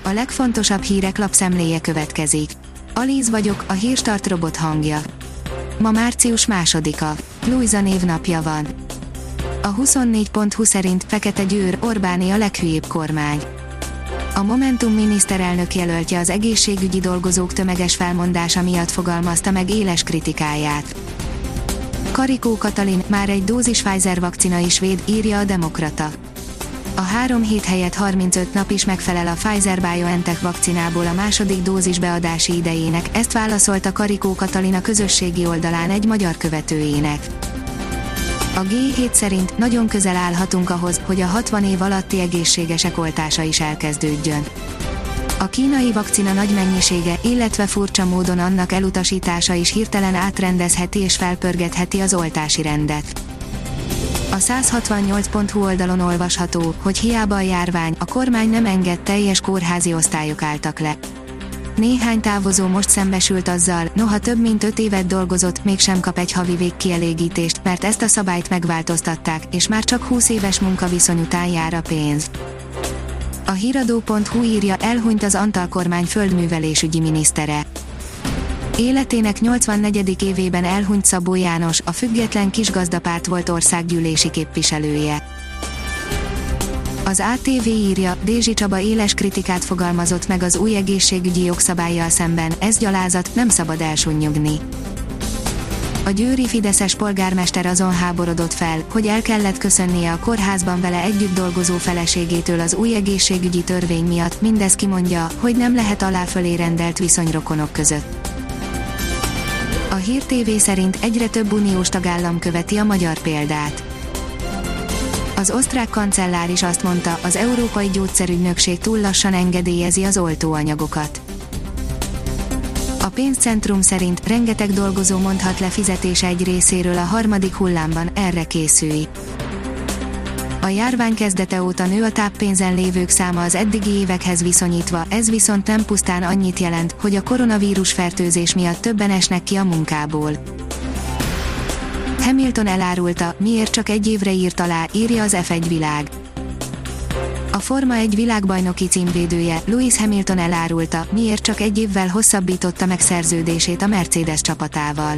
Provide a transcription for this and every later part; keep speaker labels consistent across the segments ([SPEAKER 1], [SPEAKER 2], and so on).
[SPEAKER 1] A legfontosabb hírek lapszemléje következik. Alíz vagyok, a Hírstart robot hangja. Ma március 2-a. Lujza névnapja van. A 24.20 szerint Fekete Győr, Orbáné a leghülyébb kormány. A Momentum miniszterelnök jelöltje az egészségügyi dolgozók tömeges felmondása miatt fogalmazta meg éles kritikáját. Karikó Katalin, már egy dózis Pfizer vakcina is véd, írja a Demokrata. A 3 hét helyett 35 nap is megfelel a Pfizer-BioNTech vakcinából a második dózis beadási idejének, ezt válaszolta Karikó Katalin a közösségi oldalán egy magyar követőjének. A G7 szerint nagyon közel állhatunk ahhoz, hogy a 60 év alatti egészségesek oltása is elkezdődjön. A kínai vakcina nagy mennyisége, illetve furcsa módon annak elutasítása is hirtelen átrendezheti és felpörgetheti az oltási rendet. A 168.hu oldalon olvasható, hogy hiába a járvány, a kormány nem enged, teljes kórházi osztályok álltak le. Néhány távozó most szembesült azzal, noha több mint 5 évet dolgozott, mégsem kap egy havi végkielégítést, mert ezt a szabályt megváltoztatták, és már csak 20 éves munkaviszony után jár a pénz. A Hiradó.hu írja, elhunyt az Antal kormány földművelésügyi minisztere. Életének 84. évében elhunyt Szabó János, a Független Kisgazdapárt volt országgyűlési képviselője. Az ATV írja, Dézsi Csaba éles kritikát fogalmazott meg az új egészségügyi jogszabállyal szemben, ez gyalázat, nem szabad elsunnyogni. A győri fideszes polgármester azon háborodott fel, hogy el kellett köszönnie a kórházban vele együtt dolgozó feleségétől az új egészségügyi törvény miatt, mindez kimondja, hogy nem lehet aláfölé rendelt viszony rokonok között. A Hír TV szerint egyre több uniós tagállam követi a magyar példát. Az osztrák kancellár is azt mondta, az Európai Gyógyszerügynökség túl lassan engedélyezi az oltóanyagokat. A pénzcentrum szerint rengeteg dolgozó mondhat le fizetése egy részéről a harmadik hullámban, erre készülj. A járvány kezdete óta nő a táppénzen lévők száma az eddigi évekhez viszonyítva, ez viszont nem pusztán annyit jelent, hogy a koronavírus fertőzés miatt többen esnek ki a munkából. Hamilton elárulta, miért csak egy évre írt alá, írja az F1 világ. A Forma 1 világbajnoki címvédője, Lewis Hamilton elárulta, miért csak egy évvel hosszabbította meg szerződését a Mercedes csapatával.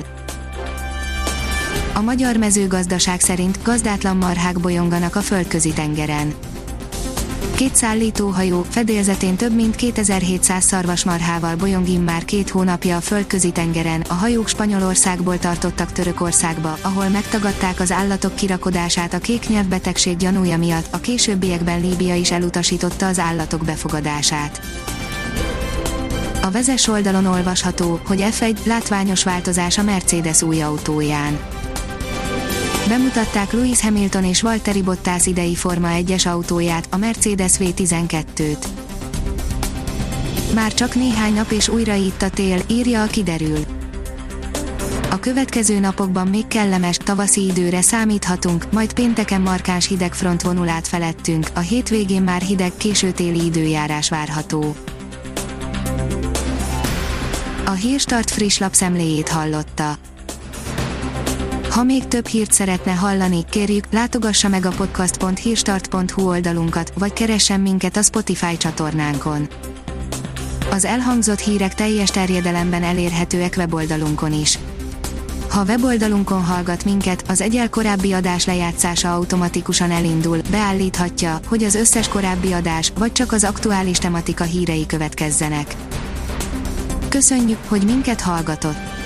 [SPEAKER 1] A magyar mezőgazdaság szerint gazdátlan marhák bolyonganak a földközi tengeren. 2 szállítóhajó fedélzetén több mint 2700 szarvasmarhával bolyong immár 2 hónapja a földközi tengeren, a hajók Spanyolországból tartottak Törökországba, ahol megtagadták az állatok kirakodását a kéknyelvbetegség gyanúja miatt, a későbbiekben Líbia is elutasította az állatok befogadását. A Vezes oldalon olvasható, hogy F1 látványos változás a Mercedes új autóján. Bemutatták Lewis Hamilton és Valtteri Bottas idei Forma 1-es autóját, a Mercedes V12-t. Már csak néhány nap és újra itt a tél, írja a Kiderül. A következő napokban még kellemes, tavaszi időre számíthatunk, majd pénteken markáns hidegfront vonul át felettünk, a hétvégén már hideg, későtéli időjárás várható. A Hírstart friss lapszemléjét hallotta. Ha még több hírt szeretne hallani, kérjük, látogassa meg a podcast.hírstart.hu oldalunkat, vagy keressen minket a Spotify csatornánkon. Az elhangzott hírek teljes terjedelemben elérhetőek weboldalunkon is. Ha weboldalunkon hallgat minket, az egyel korábbi adás lejátszása automatikusan elindul, beállíthatja, hogy az összes korábbi adás, vagy csak az aktuális tematika hírei következzenek. Köszönjük, hogy minket hallgatott!